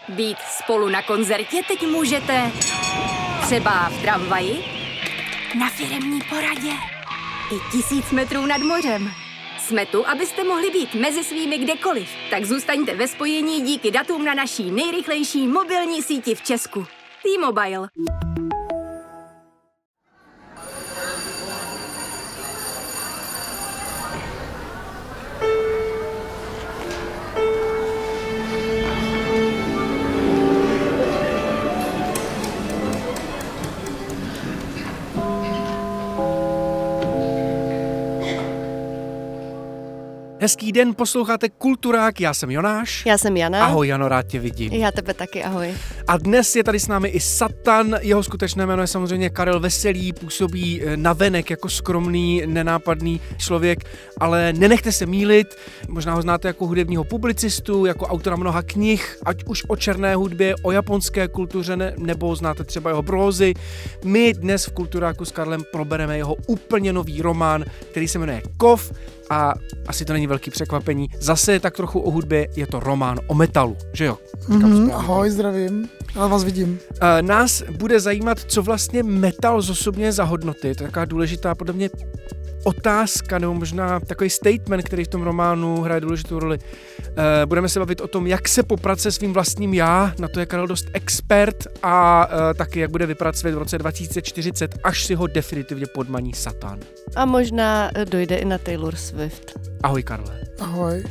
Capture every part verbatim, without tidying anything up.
Být spolu na koncertě teď můžete třeba v tramvaji, na firemní poradě i tisíc metrů nad mořem. Jsme tu, abyste mohli být mezi svými kdekoliv. Tak zůstaňte ve spojení díky datům na naší nejrychlejší mobilní síti v Česku. T-Mobile. Hezký den, posloucháte Kulturák, já jsem Jonáš. Já jsem Jana. Ahoj Jano, rád tě vidím. Já tebe taky, ahoj. A dnes je tady s námi i Satan, jeho skutečné jméno je samozřejmě Karel Veselý, působí navenek jako skromný, nenápadný člověk, ale nenechte se mýlit, možná ho znáte jako hudebního publicistu, jako autora mnoha knih, ať už o černé hudbě, o japonské kultuře, ne, nebo znáte třeba jeho prózy. My dnes v Kulturáku s Karlem probereme jeho úplně nový román, který se jmenuje Kov. A asi to není velký překvapení. Zase je tak trochu o hudbě, je to román o metalu, že jo? Mm-hmm, ahoj, zdravím, já vás vidím. E, nás bude zajímat, co vlastně metal zosobně za hodnoty. To je taková důležitá podle mě otázka, nebo možná takový statement, který v tom románu hraje důležitou roli. E, budeme se bavit o tom, jak se poprat se svým vlastním já, na to je Karel dost expert, a e, taky jak bude vypadat svět v roce dva tisíce čtyřicet, až si ho definitivně podmaní Satan. A možná dojde i na Taylor Swift. Ahoj Karle. Ahoj.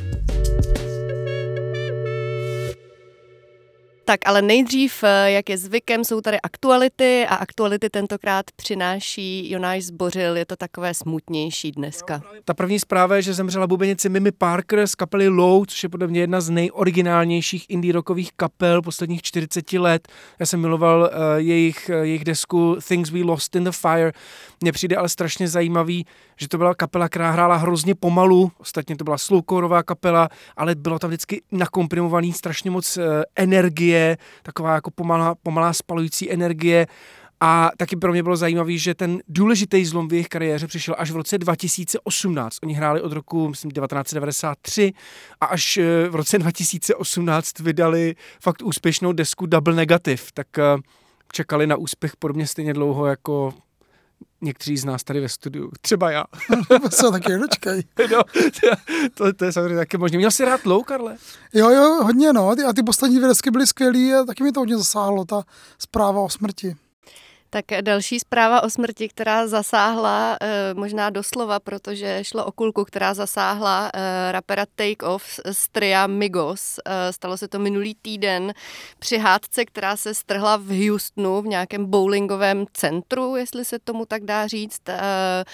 Tak, ale nejdřív, jak je zvykem, jsou tady aktuality a aktuality tentokrát přináší Jonáš Zbořil, je to takové smutnější dneska. Ta první zpráva je, že zemřela bubenice Mimi Parker z kapely Low, což je podle mě jedna z nejoriginálnějších indie rockových kapel posledních čtyřicet let. Já jsem miloval uh, jejich, uh, jejich desku Things We Lost in the Fire. Mně přijde ale strašně zajímavý, že to byla kapela, která hrála hrozně pomalu, ostatně to byla slowcoreová kapela, ale bylo tam vždycky nakomprimovaný strašně moc uh, energie, taková jako pomalá, pomalá spalující energie. A taky pro mě bylo zajímavý, že ten důležitý zlom v jejich kariéře přišel až v roce dva tisíce osmnáct. Oni hráli od roku, myslím, devatenáct set devadesát tři a až v roce dva tisíce osmnáct vydali fakt úspěšnou desku Double Negative. Tak uh, čekali na úspěch podobně stejně dlouho jako někteří z nás tady ve studiu. Třeba já. Se taky dočkej. No, to, to je samozřejmě taky možné. Měl jsi rád Low, Karle? Jo, jo, hodně, no. A ty poslední dvě desky byly skvělý a taky mi to hodně zasáhlo, ta zpráva o smrti. Tak další zpráva o smrti, která zasáhla e, možná doslova, protože šlo o kulku, která zasáhla e, rapera Take Off z tria Migos. E, stalo se to minulý týden při hádce, která se strhla v Houstonu, v nějakém bowlingovém centru, jestli se tomu tak dá říct, e,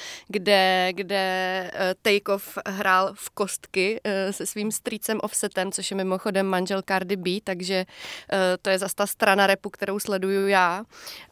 kde, kde Take Off hrál v kostky e, se svým strýcem Offsetem, což je mimochodem manžel Cardi B, takže e, to je zase ta strana rapu, kterou sleduju já.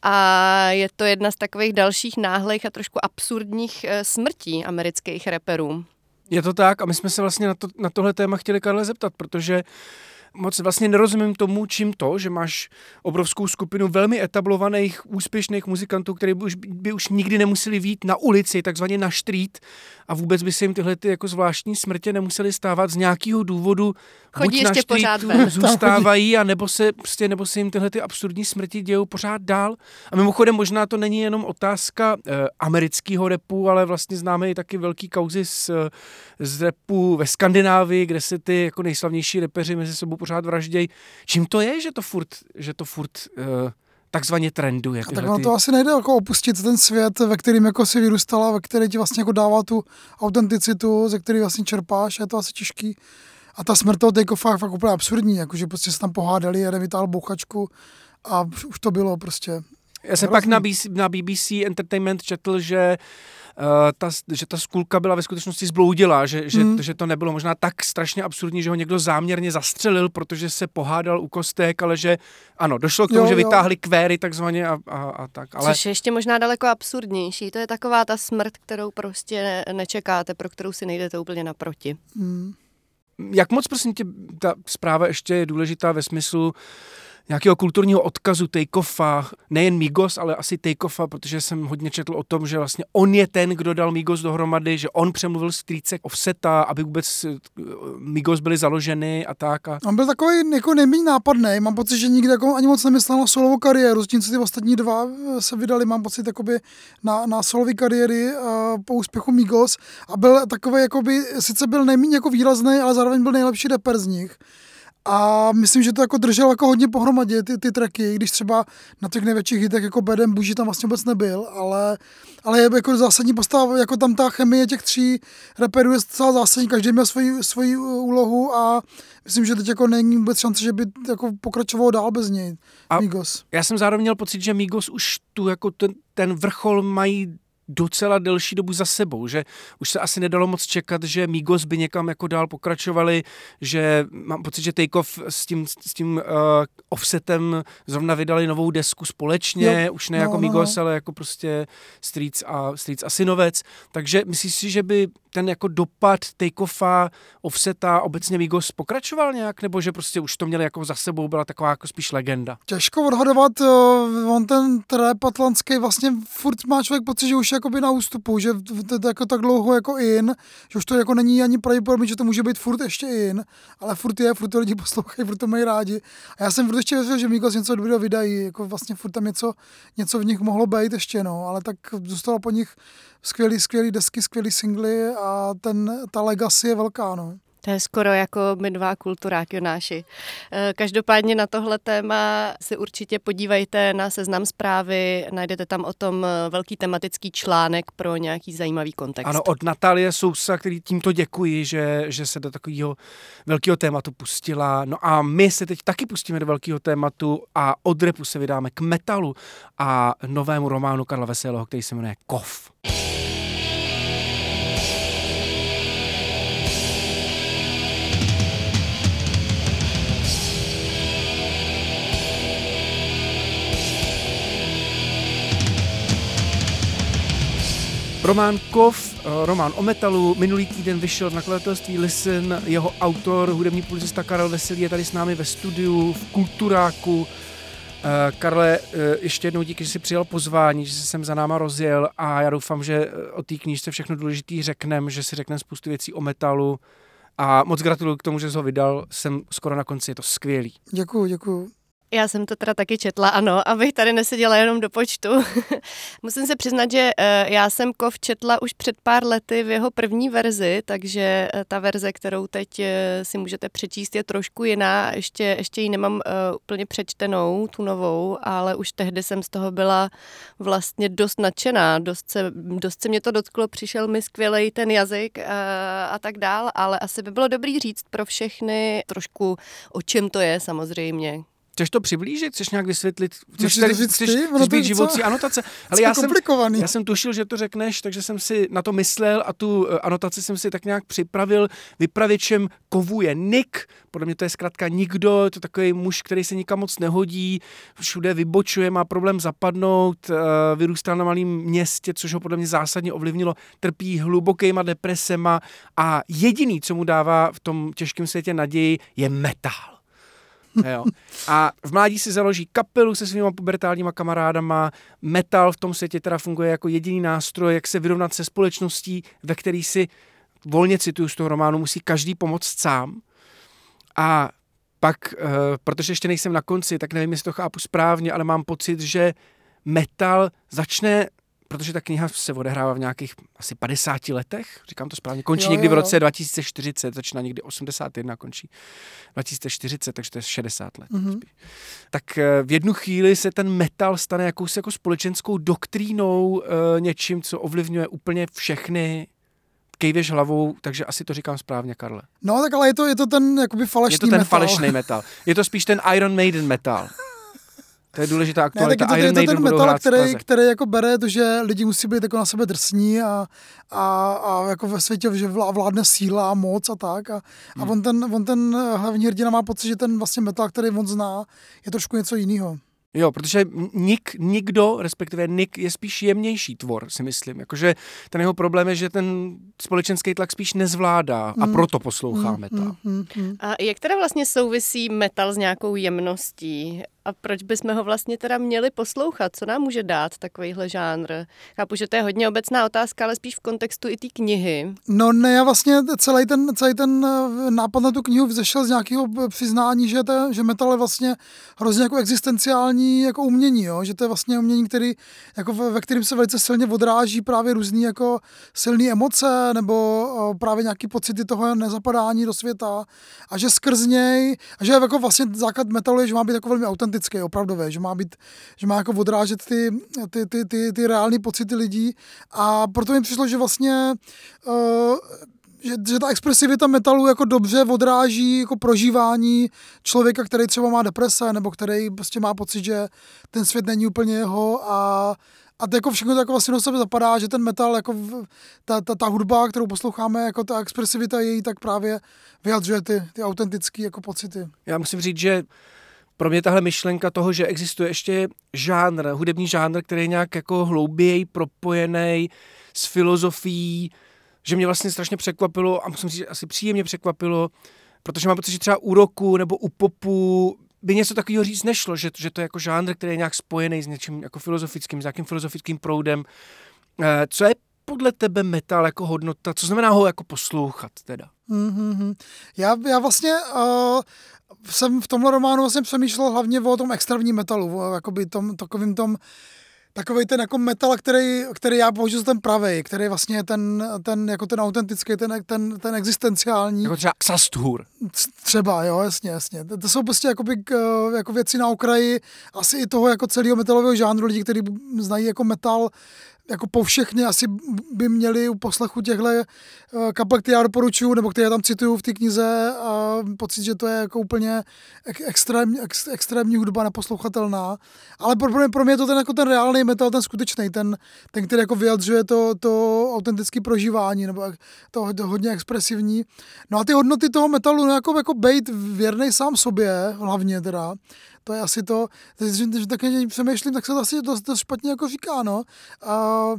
A je to jedna z takových dalších náhlých a trošku absurdních smrtí amerických raperů. Je to tak a my jsme se vlastně na, to, na tohle téma chtěli Karle zeptat, protože moc vlastně nerozumím tomu, čím to, že máš obrovskou skupinu velmi etablovaných, úspěšných muzikantů, kteří by už, by už nikdy nemuseli vyjít na ulici, takzvaně na street, a vůbec by se jim tyhle ty jako zvláštní smrtě nemuseli stávat z nějakého důvodu. Chodí buď ještě na pořád ven. Zůstávají, a nebo se, prostě, nebo se jim tyhle ty absurdní smrti dějou pořád dál. A mimochodem možná to není jenom otázka eh, amerického rapu, ale vlastně známe i taky velký kauzy z, z rapu ve Skandinávii, kde se ty jako nejslavnější rapeři mezi sebou pořád vraždějí. Čím to je, že to furt, že to furt uh, takzvaně trenduje? Tak ono to asi nejde jako opustit ten svět, ve kterým jako si vyrůstala, ve který ti vlastně jako dává tu autenticitu, ze který vlastně čerpáš, a je to asi těžký. A ta smrt toho Take Offa je fakt úplně absurdní, jakože prostě se tam pohádali, jeden vytáhl bouchačku a už to bylo prostě. Já jsem pak na, B C, na B B C Entertainment četl, že Uh, ta, že ta skulka byla ve skutečnosti zbloudila, že, že, mm. že to nebylo možná tak strašně absurdní, že ho někdo záměrně zastřelil, protože se pohádal u kostek, ale že ano, došlo k tomu, jo, že vytáhli jo. kvéry takzvaně a, a, a tak. Ale... Což je ještě možná daleko absurdnější. To je taková ta smrt, kterou prostě nečekáte, pro kterou si nejdete úplně naproti. Mm. Jak moc, prosím tě, ta zpráva ještě je důležitá ve smyslu, nějakého kulturního odkazu Takeoffa, nejen Migos, ale asi Takeoffa, protože jsem hodně četl o tom, že vlastně on je ten, kdo dal Migos dohromady, že on přemluvil strýce Offseta, aby vůbec Migos byly založeny a tak. A... On byl takový jako nejméně nápadný, mám pocit, že nikdy jako ani moc nemyslel na solovou kariéru, zatímco ty ostatní dva se vydali, mám pocit, jakoby na, na solové kariéry uh, po úspěchu Migos a byl takový, jakoby, sice byl nejméně jako výrazný, ale zároveň byl nejlepší rapper z nich. A myslím, že to jako držel jako hodně pohromadě ty, ty tracky, když třeba na těch největších hitech jako Bedem Bougie tam vlastně vůbec nebyl, ale, ale je jako zásadní postava, jako tam ta chemie těch tří rapperů je docela zásadní, každý měl svoji, svoji úlohu a myslím, že teď jako není vůbec šance, že by jako pokračovalo dál bez něj a Migos. Já jsem zároveň měl pocit, že Migos už tu jako ten, ten vrchol mají docela delší dobu za sebou, že už se asi nedalo moc čekat, že Migos by někam jako dál pokračovali, že mám pocit, že Takeoff s tím, s tím uh, Offsetem zrovna vydali novou desku společně, jo, už ne no, jako Migos, no. ale jako prostě Streets a, Streets a Synovec, takže myslíš si, že by ten jako dopad Takeoffa, Offseta, obecně Migos pokračoval nějak, nebo že prostě už to měli jako za sebou, byla taková jako spíš legenda? Těžko odhadovat, on ten trap atlantský vlastně furt má člověk pocit, že už je jakoby na ústupu, že to, to jako tak dlouho jako in, že už to jako není ani pravděpodobně, že to může být furt ještě in, ale furt je, furt to lidi poslouchají, furt to mají rádi. A já jsem furt ještě věřil, že Migos něco dobrého vydají, jako vlastně furt tam něco, něco v nich mohlo být ještě, no, ale tak zůstalo po nich skvělý, skvělý desky, skvělý singly a ten, ta legacy je velká, no. To je skoro jako my dva kulturáky Jonáši. Každopádně na tohle téma si určitě podívejte na Seznam Zprávy, najdete tam o tom velký tematický článek pro nějaký zajímavý kontext. Ano, od Natálie Sousa, který tímto děkuji, že, že se do takového velkého tématu pustila. No a my se teď taky pustíme do velkého tématu a od rapu se vydáme k metalu a novému románu Karla Veselého, který se jmenuje Kov. Román Kov, román o metalu, minulý týden vyšel v nakladatelství Listen, jeho autor, hudební publicista Karel Veselý je tady s námi ve studiu, v Kulturáku. Karle, ještě jednou díky, že jsi přijal pozvání, že jsi sem za náma rozjel a já doufám, že o té knížce všechno důležitý řekneme, že si řekneme spoustu věcí o metalu a moc gratuluju k tomu, že jsi ho vydal, jsem skoro na konci, je to skvělý. Děkuju, děkuju. Já jsem to teda taky četla, ano, abych tady neseděla jenom do počtu. Musím se přiznat, že já jsem Kov četla už před pár lety v jeho první verzi, takže ta verze, kterou teď si můžete přečíst, je trošku jiná. Ještě, ještě ji nemám uh, úplně přečtenou, tu novou, ale už tehdy jsem z toho byla vlastně dost nadšená. Dost se, dost se mě to dotklo, přišel mi skvělej ten jazyk uh, a tak dál, ale asi by bylo dobrý říct pro všechny trošku, o čem to je samozřejmě. Chceš to přiblížit? Chceš nějak vysvětlit? Chceš, Chceš, tady, chceš, chceš, chceš chceš být živoucí anotace? Ale já jsem, já jsem tušil, že to řekneš, takže jsem si na to myslel a tu anotaci jsem si tak nějak připravil. Vypravěčem Kovu je Nick, podle mě to je zkrátka nikdo, je to takový muž, který se nikam moc nehodí, všude vybočuje, má problém zapadnout, vyrůstal na malém městě, což ho podle mě zásadně ovlivnilo, trpí hlubokýma depresema a jediný, co mu dává v tom těžkém světě naději, je metal. Jo. A v mládí si založí kapelu se svýma pubertálníma kamarádama. Metal v tom světě teda funguje jako jediný nástroj, jak se vyrovnat se společností, ve který si, volně cituju z toho románu, musí každý pomoct sám. A pak, uh, protože ještě nejsem na konci, tak nevím, jestli to chápu správně, ale mám pocit, že metal začne, protože ta kniha se odehrává v nějakých asi padesáti letech, říkám to správně, končí jo, někdy jo, jo. v roce dva tisíce čtyřicet, začíná někdy osmdesát jedna, končí dva tisíce čtyřicet, takže to je šedesát let. Mm-hmm. Tak v jednu chvíli se ten metal stane jakousi jako společenskou doktrínou, něčím, co ovlivňuje úplně všechny. Kejvěš hlavou, takže asi to říkám správně, Karle. No tak ale je to, je to ten jakoby falešný metal. Je to ten metal. falešný metal. Je to spíš ten Iron Maiden metal. To je důležitá aktualita. Ne, tak je to, je to ten metal, který, který jako bere to, že lidi musí být jako na sebe drsní a, a, a jako ve světě, že vládne síla a moc a tak. A, hmm. a on, ten, on ten hlavní hrdina má pocit, že ten vlastně metal, který on zná, je trošku něco jiného. Jo, protože Nick, nikdo, respektive Nick je spíš jemnější tvor, si myslím. Jakože ten jeho problém je, že ten společenský tlak spíš nezvládá a mm. proto poslouchá mm, metal. Mm, mm, mm. A jak teda vlastně souvisí metal s nějakou jemností? A proč bychom ho vlastně teda měli poslouchat? Co nám může dát takovýhle žánr? Chápu, že to je hodně obecná otázka, ale spíš v kontextu i té knihy. No ne, já vlastně celý ten, celý ten nápad na tu knihu vzešel z nějakého přiznání, že, to, že metal je vlastně hrozně jako existenciální jako umění, jo? Že to je vlastně umění, který, jako ve, ve kterém se velice silně odráží právě různý jako silné emoce nebo o, právě nějaký pocity toho nezapadání do světa a že skrz něj, a že jako vlastně základ metalu je, že má být jako velmi autentický, opravdové, že má být, že má jako odrážet ty, ty, ty, ty, ty reální pocity lidí a proto mi přišlo, že vlastně uh, že, že ta expresivita metalu jako dobře odráží jako prožívání člověka, který třeba má deprese nebo který prostě má pocit, že ten svět není úplně jeho a a to jako všechno to jako vlastně do sebe zapadá, že ten metal, jako ta, ta, ta hudba, kterou posloucháme, jako ta expresivita její, tak právě vyjadřuje ty, ty autentické jako pocity. Já musím říct, že pro mě tahle myšlenka toho, že existuje ještě žánr, hudební žánr, který je nějak jako hlouběji propojený s filozofií, že mě vlastně strašně překvapilo a musím říct, že asi příjemně překvapilo, protože mám pocit, že třeba u rocku nebo u popu by něco takového říct nešlo, že, že to je jako žánr, který je nějak spojený s něčím jako filozofickým, s nějakým filozofickým proudem. Co je podle tebe metal jako hodnota? Co znamená ho jako poslouchat teda? Mm-hmm. Já, já vlastně uh, jsem v tomhle románu vlastně přemýšlel hlavně o tom extrémním metalu, o jakoby tom, takovým tom, takovej ten jako metal, který, který já považuji za ten pravej, který vlastně je ten, ten, jako ten autentický, ten, ten, ten existenciální. Jako třeba Xastur. Třeba, jo, jasně, jasně. To, to jsou prostě jakoby, jako věci na okraji asi i toho jako celého metalového žánru, lidi, kteří znají jako metal, jako povšechně asi by měli u poslechu těchto kapel, které já doporučuju, nebo které já tam cituju v té knize, a pocit, že to je jako úplně extrém, ex, extrémní hudba neposlouchatelná. Ale pro mě, pro mě je to ten, jako ten reálný metal, ten skutečný, ten, ten, který jako vyjadřuje to, to autentické prožívání, nebo to, to hodně expresivní. No a ty hodnoty toho metalu, no jako, jako bejt věrnej sám sobě, hlavně teda, to je asi to, že také přemýšlím, tak se to asi dost, dost špatně jako říká, no. A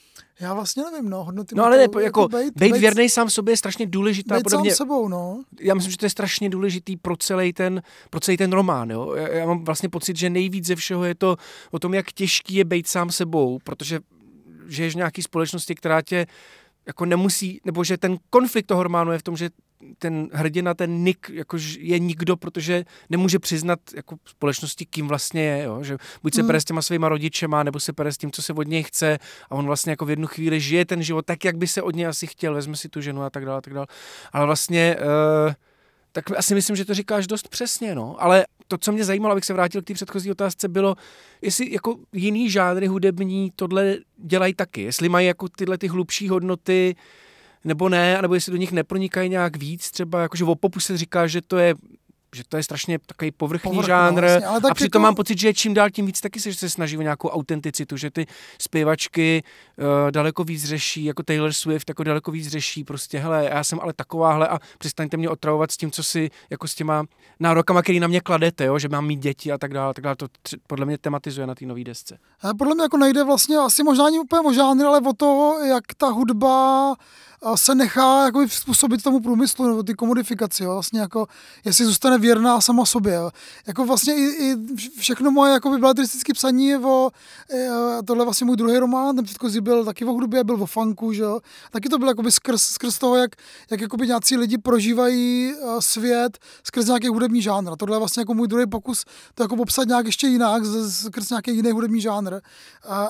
já vlastně nevím, no, hodnoty. No ale ne, jako, jako bejt, bejt bejt věrnej sám sobě je strašně důležitá. Bejt podobně, sám sebou, no. Já myslím, že to je strašně důležitý pro celý ten, pro celý ten román, jo. Já, já mám vlastně pocit, že nejvíc ze všeho je to o tom, jak těžký je bejt sám sebou, protože žiješ v nějaký společnosti, která tě jako nemusí, nebo že ten konflikt toho románu je v tom, že ten hrdina, ten Nick, jakož je nikdo, protože nemůže přiznat jako společnosti, kým vlastně je, jo? Že buď se mm. pere s těma svýma rodičema, nebo se pere s tím, co se od něj chce a on vlastně jako v jednu chvíli žije ten život tak, jak by se od něj asi chtěl, vezme si tu ženu a tak dále, a tak dále. Ale vlastně, uh, tak asi myslím, že to říkáš dost přesně, no, ale to, co mě zajímalo, abych se vrátil k té předchozí otázce, bylo, jestli jako jiný žánry hudební tohle dělají taky, jestli mají jako tyhle ty hlubší hodnoty, nebo ne, nebo jestli do nich nepronikají nějak víc, třeba jakože o popu se říká, že to je že to je strašně takový povrchní Povrch, žánr, no, vlastně, ale tak a přitom jako... mám pocit, že čím dál tím víc taky se, se snaží o nějakou autenticitu, že ty zpěvačky uh, daleko víc řeší, jako Taylor Swift, jako daleko víc řeší, prostě hele, já jsem ale takováhle a přestaňte mě otravovat s tím, co si, jako s těma nárokama, který na mě kladete, jo, že mám mít děti a tak dále, tak dále, to tři, podle mě tematizuje na té nový desce. A podle mě jako nejde vlastně asi možná ani úplně o žánr, ale o to, jak ta hudba se nechá jakoby přizpůsobit tomu průmyslu nebo ty komodifikaci, jo. Vlastně jako, jestli zůstane věrná sama sobě. Jo. Jako vlastně i, i všechno moje jakoby beletristické psaní je o, tohle vlastně můj druhý román, ten předchozí byl taky o hudbě, byl o funku, že jo. Taky to bylo jakoby skrz, skrz toho, jak, jak jakoby nějací lidi prožívají svět skrz nějaký hudební žánr. Tohle je vlastně jako můj druhý pokus to jako popsat nějak ještě jinak, skrz nějaký jiný hudební žánr. A, a,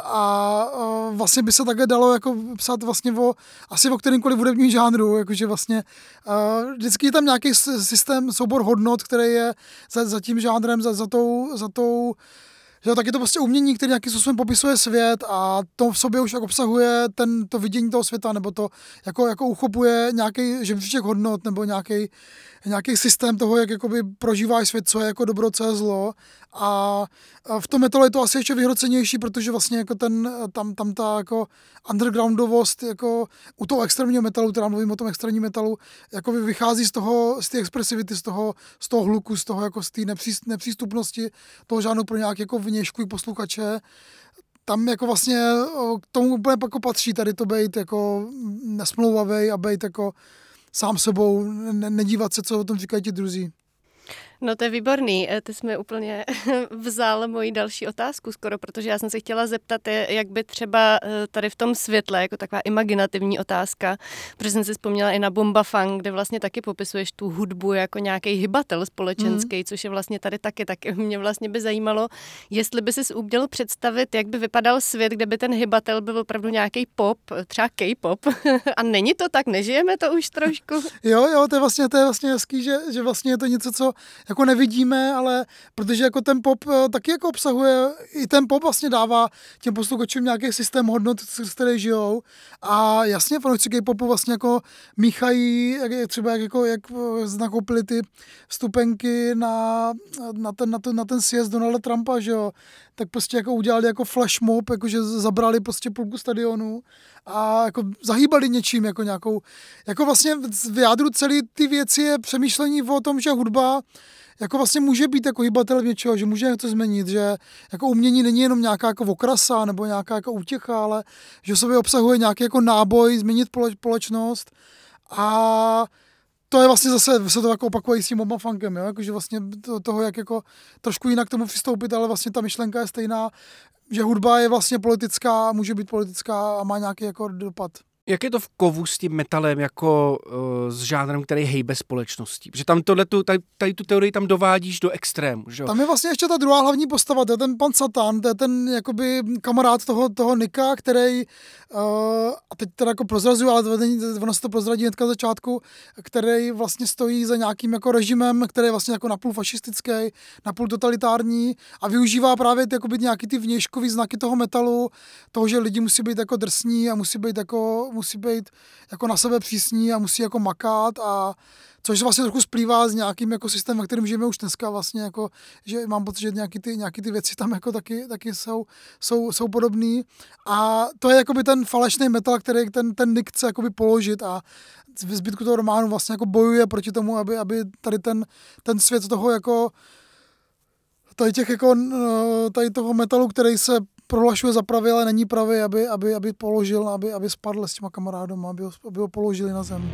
a vlastně by se také dalo jako psát vlastně o, asi o kterýmkoliv hudebním žánru, jakože vlastně uh, vždycky je tam nějaký systém, soubor hodnot, který je za, za tím žánrem, za, za tou, za tou že taky to prostě umění, který nějakým způsobem popisuje svět a to v sobě už jako obsahuje ten, to vidění toho světa, nebo to jako, jako uchopuje nějaký žebříček hodnot, nebo nějaký, nějaký systém toho, jak jakoby prožíváš svět, co je jako dobro, co je zlo. A v tom metalu je to asi ještě vyhrocenější, protože vlastně jako ten, tam, tam ta jako undergroundovost jako u toho extrémního metalu, teda mluvím o tom extrémním metalu, jako vychází z toho, z té expresivity, z toho, z toho hluku, z toho jako z té nepří, nepřístupnosti toho žádnou pro nějak jako vnějškový posluchače, tam jako vlastně k tomu úplně jako patří tady to být jako nesmlouvavej a být jako sám sebou, ne, nedívat se, co o tom říkají ti druzí. No to je výborný, ty jsi mi úplně vzal moji další otázku skoro, protože já jsem se chtěla zeptat, jak by třeba tady v tom světle, jako taková imaginativní otázka, protože jsem si vzpomněla i na Bomba Funk, kde vlastně taky popisuješ tu hudbu jako nějaký hybatel společenský, mm. což je vlastně tady taky, tak mě vlastně by zajímalo, jestli by si uměl představit, jak by vypadal svět, kde by ten hybatel byl opravdu nějaký pop, třeba K-pop, a není to tak, nežijeme to už trošku? Jo, jo, to je vlastně, to je vlastně hezký, že, že vlastně je to něco, co jako nevidíme, ale protože jako ten pop taky jako obsahuje, i ten pop vlastně dává těm posluchačům nějaký systém hodnot, z které žijou, a jasně fanoušci K-popu vlastně jako míchají, jak, třeba jak, jako, jak nakoupili ty vstupenky na, na, ten, na, ten, na ten sjezd Donalda Trumpa, že jo, tak prostě jako udělali jako flash mob, jakože zabrali prostě půlku stadionu a jako zahýbali něčím, jako nějakou, jako vlastně v jádru celé ty věci je přemýšlení o tom, že hudba jako vlastně může být jako hýbatel něčeho, že může něco změnit, že jako umění není jenom nějaká jako okrasa nebo nějaká jako útěcha, ale že v sobě obsahuje nějaký jako náboj změnit společnost, a to je vlastně zase, se to jako opakuje s tím Bomba Funkem, jo? Jako, že vlastně to, toho, jak jako trošku jinak k tomu přistoupit, ale vlastně ta myšlenka je stejná, že hudba je vlastně politická, může být politická a má nějaký jako dopad. Jak je to v kovu s tím metalem jako uh, s žánrem, který hejbe společností? Protože tam tohletu, tady, tady tu teorii tam dovádíš do extrému, že jo? Tam je vlastně ještě ta druhá hlavní postava, to je ten pan Satan, to je ten jakoby kamarád toho, toho Nika, který, uh, a teď teda jako prozrazuju, ale ono se to prozradí hnedka na začátku, který vlastně stojí za nějakým jako režimem, který je vlastně jako napůl fašistický, napůl totalitární a využívá právě ty, jakoby nějaký ty vnějškový znaky toho metalu, toho, že lidi musí být jako drsní a musí být jako musí být jako na sebe přísní a musí jako makat, a což vlastně trochu splývá s nějakým jako systémem, kterým žijeme už dneska vlastně, jako, že mám pocit, že nějaký ty, nějaký ty věci tam jako taky, taky jsou, jsou, jsou podobný, a to je jakoby ten falešný metal, který ten, ten Nick chce jakoby položit, a v zbytku toho románu vlastně jako bojuje proti tomu, aby, aby tady ten, ten svět toho jako tady těch jako tady toho metalu, který se prohlašuje za pravý, ale není pravý, aby, aby, aby položil, aby, aby spadl s těma kamarádama, aby ho, aby ho položili na zem.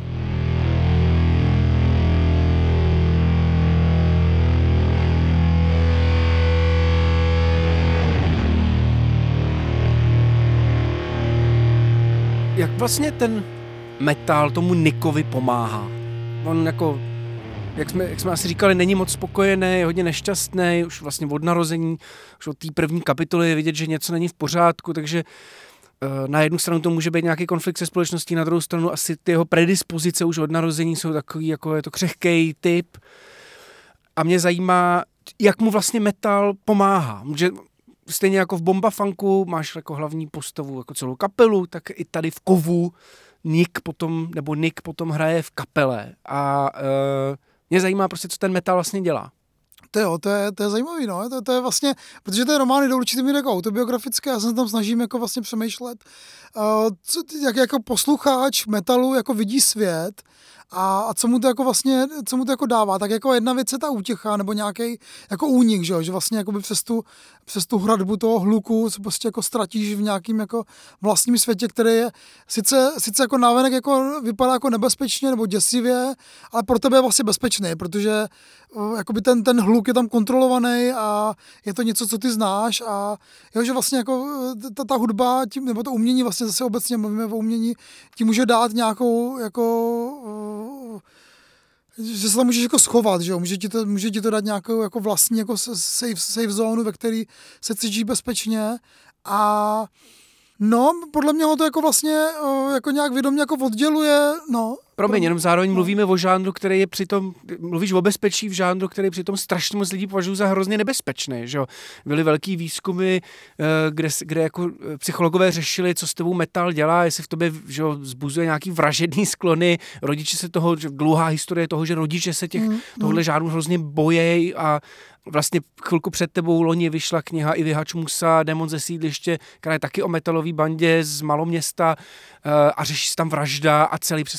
Jak vlastně ten metal tomu Nickovi pomáhá? On jako, jak jsme, jak jsme asi říkali, není moc spokojený, je hodně nešťastný, už vlastně od narození, už od té první kapitoly je vidět, že něco není v pořádku, takže uh, na jednu stranu to může být nějaký konflikt se společností, na druhou stranu asi ty jeho predispozice už od narození jsou takový, jako je to křehkej typ. A mě zajímá, jak mu vlastně metal pomáhá. Že stejně jako v Bomba Funku máš jako hlavní postavu jako celou kapelu, tak i tady v Kovu Nick potom, nebo Nick potom hraje v kapele. A uh, mě zajímá prostě, co ten metal vlastně dělá. To jo, to je, to je zajímavý, no. To, to je vlastně, protože ty romány jdou určitými jako autobiografické, já se tam snažím jako vlastně přemýšlet, uh, co, jak jako posluchač metalu jako vidí svět, a, a co mu to jako vlastně, co mu to jako dává. Tak jako jedna věc je ta útěcha, nebo nějaký jako únik, že, že vlastně jakoby přes tu, přes tu hradbu toho hluku se prostě jako ztratíš v nějakým jako vlastním světě, který je sice, sice jako návenek jako vypadá jako nebezpečně nebo děsivě, ale pro tebe je vlastně bezpečný, protože jakoby ten, ten hluk je tam kontrolovaný a je to něco, co ty znáš, a jo, že vlastně jako ta, ta hudba, tím, nebo to umění, vlastně zase obecně mluvíme o umění, ti může dát nějakou jako že se tam můžeš jako schovat, že jo, může ti to, může ti to dát nějakou jako vlastní jako safe, safe zónu, ve který se cítíš bezpečně, a no, podle mě ho to jako vlastně jako nějak vědomě jako odděluje, no. Promiň, jenom zároveň mluvíme o žánru, který je přitom, mluvíš o bezpečí v žánru, který přitom strašně moc lidí považují za hrozně nebezpečný, že jo. Byly velký výzkumy, kde, kde jako psychologové řešili, co s tebou metal dělá, jestli v tobě, že jo, vzbuzuje nějaký vražedný sklony, rodiče se toho, dlouhá historie toho, že rodiče se těch, mm, tohle žánru hrozně bojejí, a vlastně chvilku před tebou loni vyšla kniha Ivy Hačmusa, Démon ze sídliště, která je taky o metalový bandě z maloměsta, a řeší se tam vražda a celý přesně ten jako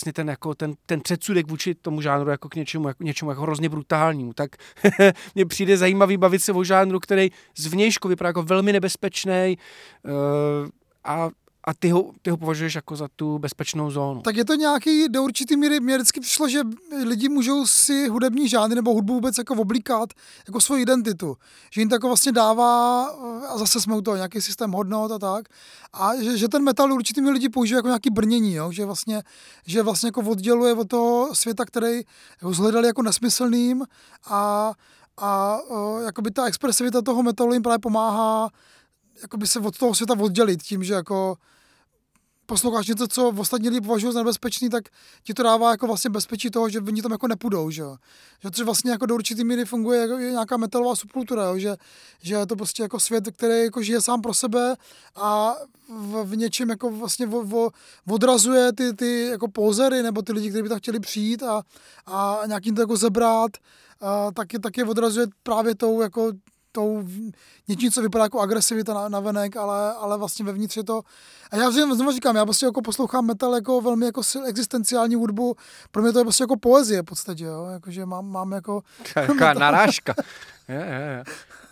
jako ten, ten předsudek vůči tomu žánru jako k něčemu, jako, něčemu jako hrozně brutálnímu, tak mně přijde zajímavý bavit se o žánru, který zvnějšku vypadá jako velmi nebezpečný uh, a A ty ho, ty ho považuješ jako za tu bezpečnou zónu. Tak je to nějaký, do určitý míry, mě vždycky přišlo, že lidi můžou si hudební žánry nebo hudbu vůbec jako oblíkat jako svou identitu. Že jim to jako vlastně dává, a zase jsme u toho, nějaký systém hodnot a tak. A že, že ten metal určitými lidi používá jako nějaký brnění, jo? Že vlastně, že vlastně jako odděluje od toho světa, který ho zhledali jako nesmyslným a, a o, jakoby ta expresivita toho metalu jim právě pomáhá jakoby se od toho světa oddělit tím, že jako posloucháš něco, co ostatní lidi považují za nebezpečný, tak ti to dává jako vlastně bezpečí toho, že oni tam jako nepůjdou, že jo. Že to vlastně jako do určitý míry funguje jako nějaká metalová subkultura, jo? Že, že je to prostě jako svět, který jako žije sám pro sebe a v, v něčem jako vlastně vo, vo, odrazuje ty, ty jako pozery nebo ty lidi, kteří by tam chtěli přijít a, a nějakým to jako zebrat, a taky, taky odrazuje právě tou jako tou něčím, co vypadá jako agresivita na, na venek, ale, ale vlastně vevnitř je to. A já znovu říkám, já prostě jako poslouchám metal jako velmi jako existenciální hudbu, pro mě to je prostě jako poezie v podstatě, jo, jakože mám, mám jako... Jaká narážka. je, je, je.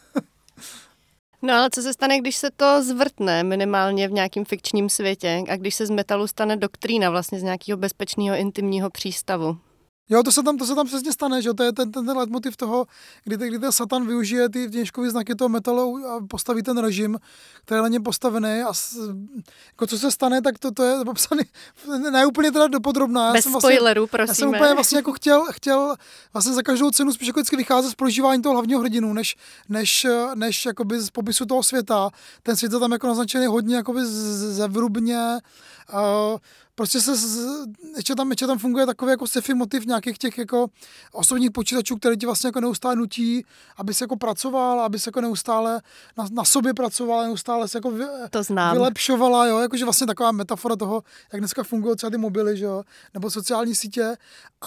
No ale co se stane, když se to zvrtne minimálně v nějakém fikčním světě a když se z metalu stane doktrína vlastně z nějakého bezpečného intimního přístavu? Jo, to se tam, to se tam přesně stane, že to je ten, ten, ten leitmotiv toho, kdy, kdy ten Satan využije ty vnějškové znaky toho metalu a postaví ten režim, který je na něm postavený a jako co se stane, tak to, to je popsané ne úplně teda dopodrobná. Bez spoilerů, vlastně, prosíme. Já jsem úplně vlastně jako chtěl, chtěl vlastně za každou cenu spíš jako vždycky vycházet z prožívání toho hlavního hrdinu, než, než, než jakoby z popisu toho světa. Ten svět je tam jako naznačený hodně jakoby zevrubně, uh, prostě se, ještě tam, ještě tam funguje takový jako sci-fi motiv nějakých těch jako osobních počítačů, které ti vlastně jako neustále nutí, aby se jako pracoval, aby se jako neustále na, na sobě pracoval, neustále se jako vy, vylepšovala, jo, jakože vlastně taková metafora toho, jak dneska fungují třeba ty mobily, že jo, nebo sociální sítě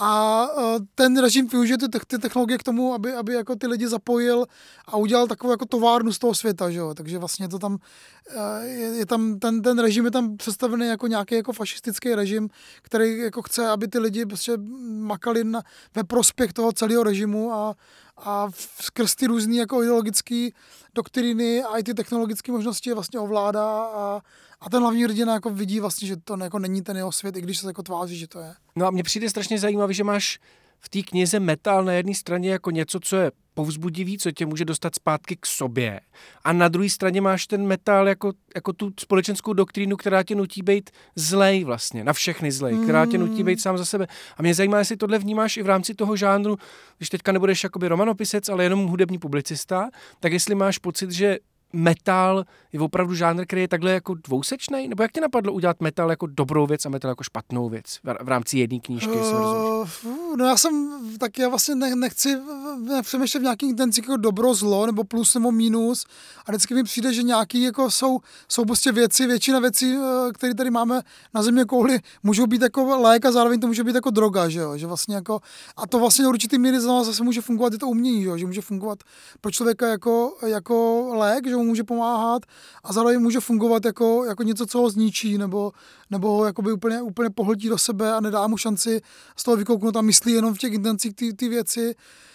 a uh, ten režim využije ty, ty technologie k tomu, aby, aby jako ty lidi zapojil a udělal takovou jako továrnu z toho světa, že jo, takže vlastně to tam, uh, je, je tam, ten, ten režim je tam představený jako nějaký jako fašistický režim, který jako chce, aby ty lidi prostě makali na, ve prospěch toho celého režimu a, a skrz ty různý jako ideologické doktriny a i ty technologické možnosti je vlastně ovládá a, a ten hlavní hrdina jako vidí vlastně, že to jako není ten jeho svět, i když se jako tváří, že to je. No a mně přijde strašně zajímavý, že máš v té knize metal na jedné straně jako něco, co je povzbudivý, co tě může dostat zpátky k sobě. A na druhé straně máš ten metal jako, jako tu společenskou doktrínu, která tě nutí být zlej vlastně, na všechny zlej, mm. která tě nutí být sám za sebe. A mě zajímá, jestli tohle vnímáš i v rámci toho žánru, když teďka nebudeš jakoby romanopisec, ale jenom hudební publicista, tak jestli máš pocit, že metal je opravdu žánr, který je takhle jako dvousečnej? Nebo jak tě napadlo udělat metal jako dobrou věc a metal jako špatnou věc v rámci jedné knížky? Uh, no já jsem, tak já vlastně ne, nechci přemýšlet v nějaký intenci jako dobro, zlo, nebo plus nebo minus a vždycky mi přijde, že nějaký jako jsou, jsou prostě věci, většina věcí, které tady máme na země kouli, můžou být jako lék a zároveň to může být jako droga, že jo, že vlastně jako, a to vlastně do určitý míry zase může fungovat i to umění, že jo, že může fungovat pro člověka jako, jako lék, že mu může pomáhat a zároveň může fungovat jako, jako něco, co ho zničí nebo, nebo ho jakoby úplně, úplně pohltí do sebe a nedá mu šanci z toho vykouknout a myslí jenom v těch intencích ty, ty věci.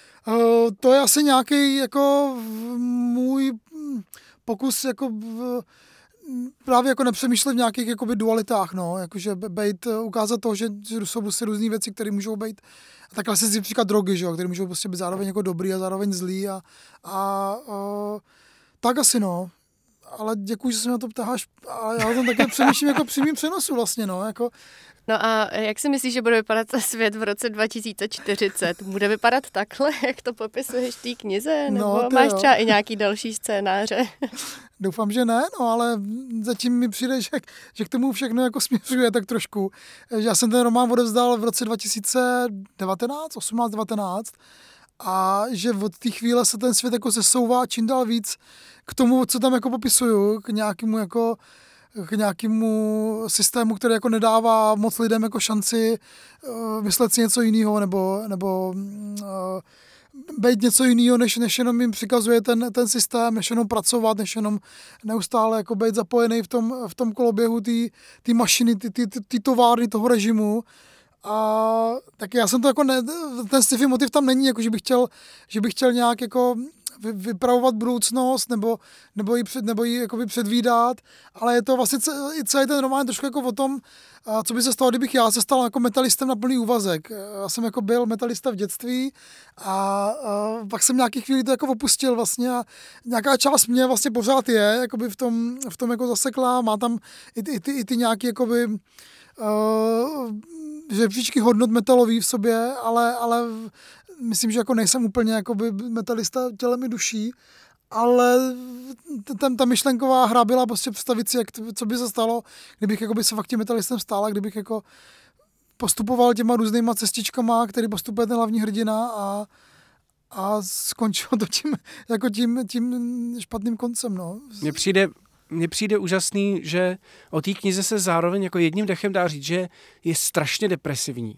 Uh, to je asi nějaký jako můj pokus jako v, právě jako nepřemýšlet v nějakých jakoby dualitách, no, jakože bejt, ukázat to, že, že jsou prostě různý věci, které můžou být tak klasicky příklad drogy, že jo, které můžou prostě být zároveň jako dobrý a zároveň zlý a, a uh, tak asi no, ale děkuji, že se na to ptáš a já o tom také přemýšlím jako přímým přenosu vlastně, no, jako. No a jak si myslíš, že bude vypadat svět v roce dva tisíce čtyřicet? Bude vypadat takhle, jak to popisuješ v té knize? Nebo no, máš jo. třeba i nějaký další scénáře? Doufám, že ne, no ale zatím mi přijde, že, že k tomu všechno jako směřuje tak trošku. Já jsem ten román odevzdal v roce dva tisíce devatenáct, osmnáct devatenáct a že od té chvíle se ten svět jako sesouvá čím dál víc k tomu, co tam jako popisuju, k nějakému jako k nějakému systému, který jako nedává moc lidem jako šanci uh, myslet si něco jiného nebo, nebo uh, být něco jiného, než, než jenom jim přikazuje ten, ten systém, než jenom pracovat, než jenom neustále jako být zapojený v tom, v tom koloběhu té mašiny, ty továrny toho režimu. A tak já jsem to jako, ne, ten sci-fi motiv tam není, jako že bych chtěl, že bych chtěl nějak jako vy, vypravovat budoucnost nebo, nebo ji, před, nebo ji jakoby předvídat, ale je to vlastně i celý ten román trošku jako o tom, co by se stalo, kdybych já se stal jako metalistem na plný úvazek. Já jsem jako byl metalista v dětství a, a pak jsem nějaký chvíli to jako opustil vlastně a nějaká část mě vlastně pořád je jakoby v tom, v tom jako zaseklá, má tam i ty, i ty, i ty nějaký jakoby uh, žebříčky hodnot metalový v sobě, ale, ale myslím, že jako nejsem úplně jakoby metalista tělem i duší, ale tam ta myšlenková hra byla prostě představit si, jak, co by se stalo, kdybych jakoby se fakt tím metalistem stál a kdybych jako postupoval těma různýma cestičkama, který postupuje ten hlavní hrdina a, a skončilo to tím, jako tím, tím špatným koncem. No. Mně přijde Mně přijde úžasný, že o té knize se zároveň jako jedním dechem dá říct, že je strašně depresivní.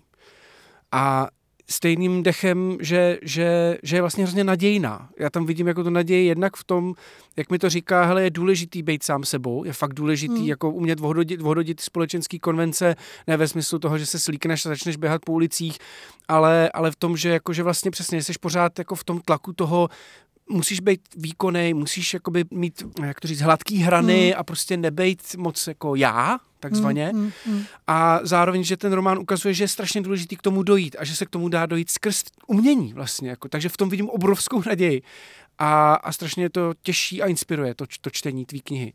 A stejným dechem, že, že, že je vlastně hrozně nadějná. Já tam vidím jako tu naději jednak v tom, jak mi to říká, hele, je důležitý být sám sebou, je fakt důležitý hmm. jako umět ohodnotit, ohodnotit společenský konvence, ne ve smyslu toho, že se slíkneš a začneš běhat po ulicích, ale, ale v tom, že, jako, že vlastně přesně jsi pořád jako v tom tlaku toho, musíš být výkonnej, musíš jakoby mít, jak to říct, hladký hrany hmm. a prostě nebejt moc jako já, takzvaně. Hmm, hmm, hmm. A zároveň, že ten román ukazuje, že je strašně důležitý k tomu dojít a že se k tomu dá dojít skrz umění vlastně. Jako, takže v tom vidím obrovskou naději. A, a strašně to těší a inspiruje to, to čtení tvý knihy.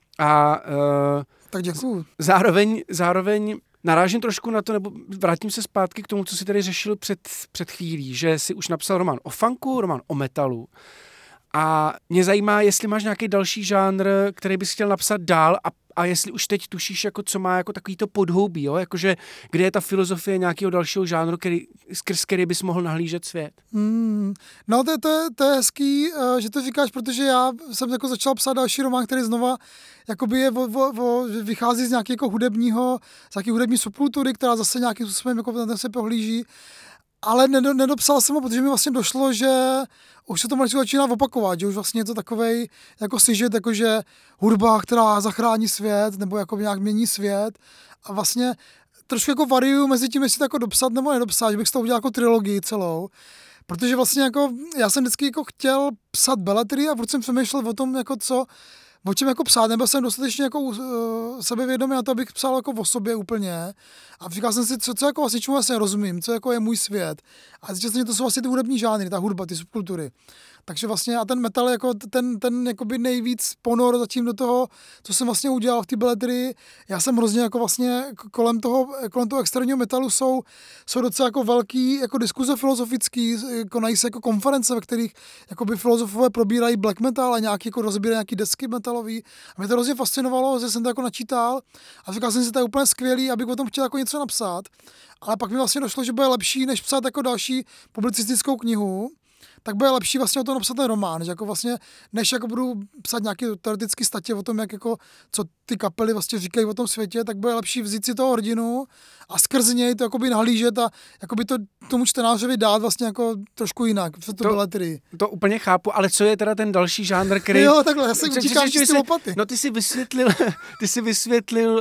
A uh, tak děkuju. Zároveň, zároveň narážím trošku na to, nebo vrátím se zpátky k tomu, co jsi tady řešil před, před chvílí, že jsi už napsal román o funku, román o metalu. A mě zajímá, jestli máš nějaký další žánr, který bys chtěl napsat dál a, a jestli už teď tušíš, jako, co má jako takový to podhoubí, jo? Jakože, kde je ta filozofie nějakého dalšího žánru, který, skrz který bys mohl nahlížet svět? Hmm. No to, to, to je hezký, že to říkáš, protože já jsem jako začal psát další román, který znova jakoby je, vo, vo, vo, vychází z nějakého jako hudebního, z nějaké hudební subkultury, která zase nějakým způsobem jako na ten se pohlíží. Ale nedopsal jsem ho, protože mi vlastně došlo, že už se to začíná opakovat, že už vlastně je to takovej jako sižet, jakože hudba, která zachrání svět, nebo jako nějak mění svět. A vlastně trošku jako variuju mezi tím, jestli to jako dopsat nebo nedopsat, že bych z toho udělal jako trilogii celou. Protože vlastně jako, já jsem vždycky jako chtěl psát beletrii a furt jsem přemýšlel o tom, jako co, o čem jako psát, nebyl jsem dostatečně jako uh, sebevědomý na to, abych psal jako o sobě úplně. A říkal jsem si, co, co jako vlastně čemu vlastně rozumím, co jako je můj svět. A zjistil jsem, že to jsou vlastně ty hudební žánry, ta hudba, ty subkultury. Takže vlastně a ten metal jako ten, ten jakoby nejvíc ponor zatím do toho, co jsem vlastně udělal v té beletrii. Já jsem hrozně jako vlastně kolem toho, kolem toho externího metalu jsou, jsou docela jako velký jako diskuze filozofický, konají se jako konference, ve kterých jakoby filozofové probírají black metal a nějaký jako rozbírají nějaký desky metalový. A mě to hrozně fascinovalo, že jsem to jako načítal a říkal jsem si, to je úplně skvělý, abych o tom chtěl jako něco napsat. Ale pak mi vlastně došlo, že bude lepší, než psát jako další publicistickou knihu, tak bude lepší vlastně o tom napsat ten román, že jako vlastně, než jako budu psát nějaký teoretický statě o tom, jak jako, co ty kapely vlastně říkají o tom světě, tak bude lepší vzít si toho hrdinu a skrz něj to jakoby nahlížet a jakoby to tomu čtenářovi dát vlastně jako trošku jinak, co to, to byla tedy. To úplně chápu, ale co je teda ten další žánr, který... Jo, takhle, já se utíkám čistý lopaty. No ty si vysvětlil, ty si vysvětlil,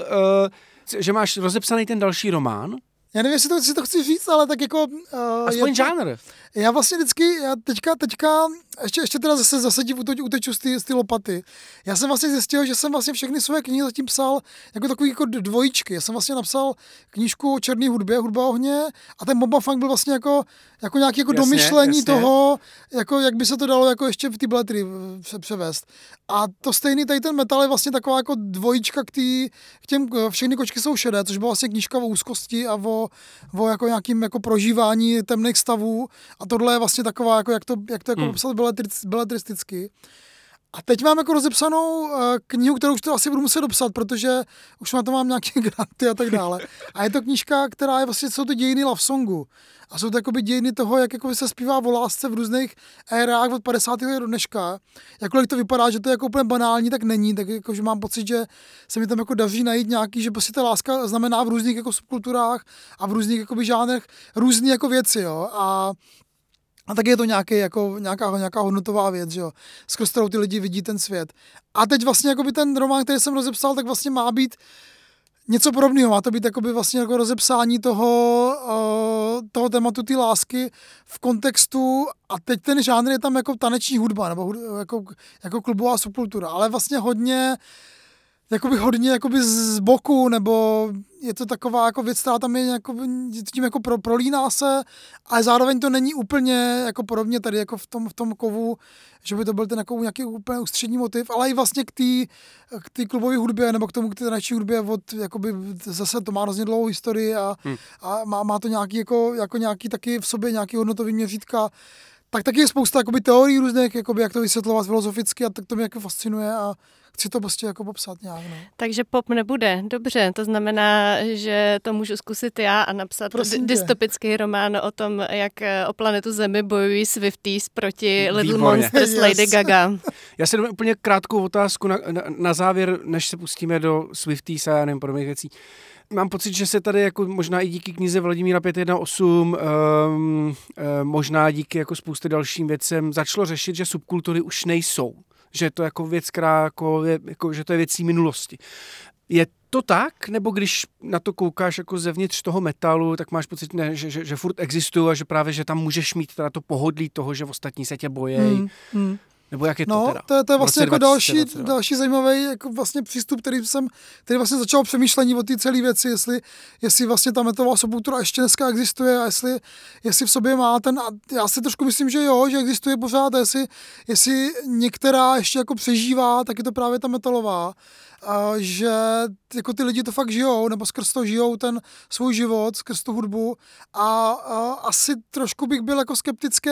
uh, že máš rozepsaný ten další román. Já nevím, jestli to, jestli to chci říct, ale tak jako... Uh, Aspoň žánr. Já vlastně vždycky, já teďka, teďka, ještě, ještě teda zase, zase ti uteču z ty lopaty. Já jsem vlastně zjistil, že jsem vlastně všechny své knihy zatím psal jako takový jako dvojičky. Já jsem vlastně napsal knížku o černé hudbě, Hudba ohně, a ten Bomba Funk byl vlastně jako, jako nějaké jako jasně, domyšlení jasně. toho, jako jak by se to dalo jako ještě v té beletrii převést. A to stejný, tady ten metal je vlastně taková jako dvojička k, tý, k těm, všechny kočky jsou šedé, což byla vlastně knížka o úzkosti a o, o jako nějakým jako prožívání temných stavů. A tohle je vlastně taková, jako, jak to, jak to jako hmm. popsat beletristicky. A teď mám jako rozepsanou uh, knihu, kterou už to asi budu muset dopsat, protože už na to mám nějaké granty a tak dále. A je to knížka, která je vlastně, jsou to dějiny love songu. A jsou to jakoby dějiny toho, jak jako se zpívá o lásce v různých érách od padesátých let do dneška. Jakkoliv to vypadá, že to je jako úplně banální, tak není. Tak jako, že mám pocit, že se mi tam jako daří najít nějaký, že prostě ta láska znamená v různých jako subkulturách a v různých jakoby žánrech různý jako věci, jo. A A tak je to nějaký, jako, nějaká, nějaká hodnotová věc, že jo, skrz kterou ty lidi vidí ten svět. A teď vlastně jakoby ten román, který jsem rozepsal, tak vlastně má být něco podobného. Má to být jakoby vlastně jako rozepsání toho, uh, toho tématu té lásky v kontextu, a teď ten žánr je tam jako taneční hudba, nebo jako, jako klubová subkultura, ale vlastně hodně jakoby hodně jakoby z boku, nebo je to taková jako věc, která tam je jakoby, tím jako pro, prolíná se, ale zároveň to není úplně jako podobně tady jako v tom, v tom kovu, že by to byl ten jako nějaký úplně ústřední motiv, ale i vlastně k té k té klubové hudbě nebo k tomu, k té naší hudbě od, jakoby, zase to má hrozně dlouhou historii a, hmm. a má, má to nějaký, jako, jako nějaký taky v sobě nějaký hodnotový měřítka. Tak taky je spousta jakoby, teorií různých, jakoby, jak to vysvětlovat filozoficky, a tak to mě jako fascinuje a chci to prostě jako popsat nějak. No. Takže pop nebude, dobře, to znamená, že to můžu zkusit já a napsat d- dystopický román o tom, jak o planetu Zemi bojují Swifties proti Little Výborně. Monsters yes. Lady Gaga. Já si dám úplně krátkou otázku na, na, na závěr, než se pustíme do Swifties a já nevím, podobných věcí. Mám pocit, že se tady jako možná i díky knize Vladimíra pět jedna osm, um, um, možná díky jako spousty dalším věcem začalo řešit, že subkultury už nejsou. Že je to jako věc, která jako je, jako, že to je věcí minulosti. Je to tak? Nebo když na to koukáš jako zevnitř toho metalu, tak máš pocit, ne, že, že, že furt existují a že právě, že tam můžeš mít teda to pohodlí toho, že ostatní se tě bojejí. Hmm, hmm. Nebo jak je to no, teda? To je, to je vlastně jako další, další zajímavý jako vlastně přístup, který jsem, který vlastně začal přemýšlení o té celé věci, jestli, jestli vlastně ta metalová subkultura ještě dneska existuje a jestli, jestli v sobě má ten, a já si trošku myslím, že jo, že existuje pořád, a jestli, jestli některá ještě jako přežívá, tak je to právě ta metalová. A že jako ty lidi to fakt žijou, nebo skrz to žijou ten svůj život, skrz tu hudbu, a, a asi trošku bych byl jako skeptický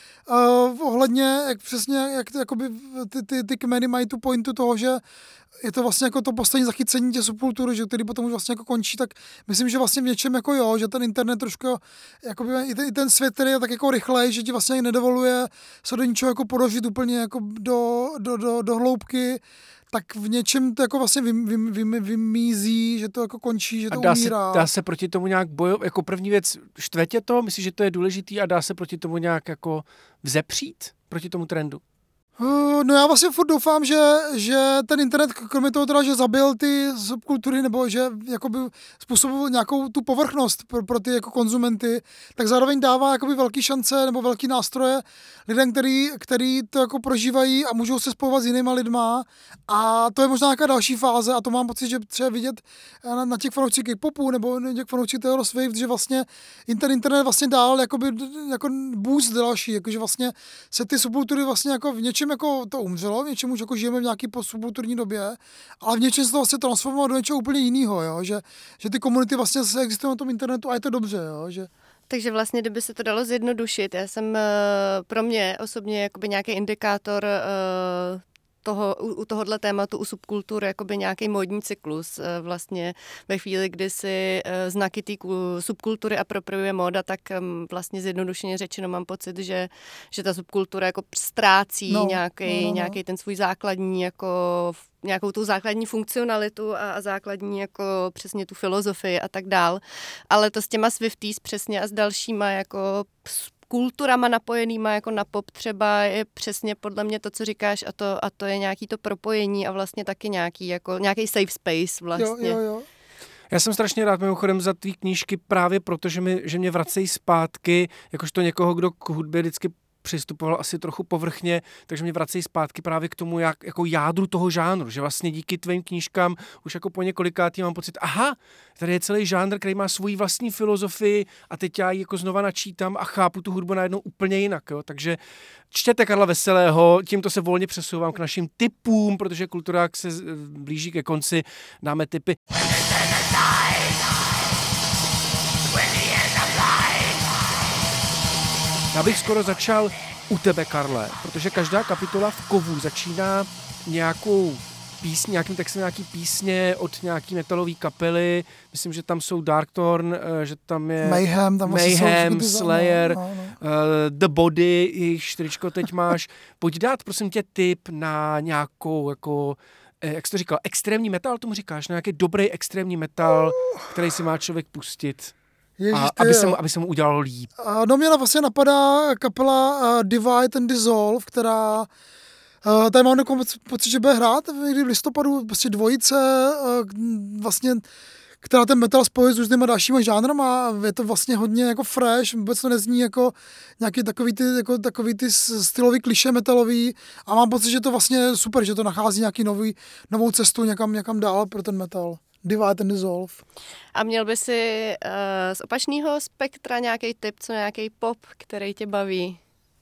uh, ohledně, jak přesně, jak jakoby ty, ty, ty kmeny mají tu pointu toho, že je to vlastně jako to poslední zachycení těch subkultury, že který potom už vlastně jako končí, tak myslím, že vlastně v něčem jako jo, že ten internet trošku, jakoby, i, ten, i ten svět, který je tak jako rychlej, že ti vlastně nedovoluje se do ničeho jako podožit úplně jako do, do, do, do hloubky, tak v něčem to jako vlastně vym, vym, vym, vymízí, že to jako končí, že to a dá umírá. Se, dá se proti tomu nějak bojovat? Jako první věc, štve tě to? Myslíš, že to je důležitý a dá se proti tomu nějak jako vzepřít? Proti tomu trendu? No já vlastně furt doufám, že, že ten internet, kromě toho teda, že zabil ty subkultury, nebo že jakoby způsobil nějakou tu povrchnost pro, pro ty jako konzumenty, tak zároveň dává jakoby velký šance nebo velký nástroje lidem, který, který to jako prožívají a můžou se spojovat s jinýma lidma, a to je možná nějaká další fáze, a to mám pocit, že třeba vidět na, na těch fanoušcích K-popu nebo na těch fanoušcích Taylor Swift, že vlastně ten internet vlastně dál jakoby, jako boost další, jakože vlastně se ty subkultury vlastně jako v něčem jako to umřelo, v něčem už jako žijeme v nějaké postsubkulturní době, ale v něčem se to vlastně transformovalo do něčeho úplně jiného, jo? Že, že ty komunity vlastně existují na tom internetu a je to dobře. Jo? Že... Takže vlastně, kdyby se to dalo zjednodušit, já jsem pro mě osobně jakoby nějaký indikátor toho, u tohohle tématu, u subkultury, jakoby nějaký módní cyklus. Vlastně ve chvíli, kdy si znaky té subkultury apropriuje móda, tak vlastně zjednodušeně řečeno mám pocit, že, že ta subkultura jako ztrácí no, nějaký, no, no, no. nějaký ten svůj základní jako nějakou tu základní funkcionalitu a, a základní jako přesně tu filozofii a tak dál. Ale to s těma Swifties přesně a s dalšíma jako kulturama napojenýma jako na pop třeba je přesně podle mě to, co říkáš, a to, a to je nějaký to propojení a vlastně taky nějaký, jako, nějaký safe space vlastně. Jo, jo, jo. Já jsem strašně rád mimochodem za tvý knížky právě proto, že, mi, že mě vracejí zpátky, jakožto někoho, kdo k hudbě vždycky přistupoval asi trochu povrchně, takže mě vracejí zpátky právě k tomu jak, jako jádru toho žánru, že vlastně díky tvým knížkám už jako po několikátý mám pocit, aha, tady je celý žánr, který má svoji vlastní filozofii a teď já ji jako znova načítám a chápu tu hudbu najednou úplně jinak, jo? Takže čtěte Karla Veselého, tímto se volně přesouvám k našim tipům, protože Kulturák se blíží ke konci, dáme tipy. Já bych skoro začal u tebe, Karle, protože každá kapitola v Kovu začíná nějakou písně, nějakým textem nějaký písně od nějaký metalové kapely. Myslím, že tam jsou Darkthorn, že tam je Mayhem, tam Mayhem Slayer, no, no, no. Uh, The Body, jejich čtyřičko teď máš. Pojď dát, prosím tě, tip na nějakou, jako, jak jsi to říkal, extrémní metal, tomu říkáš, na nějaký dobrý extrémní metal, který si má člověk pustit. Ježiš, a aby se, mu, aby se mu udělalo líp. No mě vlastně napadá kapela uh, Divide and Dissolve, která uh, tady mám pocit, že bude hrát někdy v listopadu, prostě dvojice, uh, vlastně která ten metal spojuje s různýma dalšíma žánrama. Je to vlastně hodně jako fresh, vůbec to nezní jako nějaký takový ty, jako takový ty stylový klišé metalový a mám pocit, že to vlastně super, že to nachází nějaký nový, novou cestu někam, někam dál pro ten metal. Divide and Dissolve. A měl by si uh, z opačného spektra nějaký tip, co nějaký pop, který tě baví?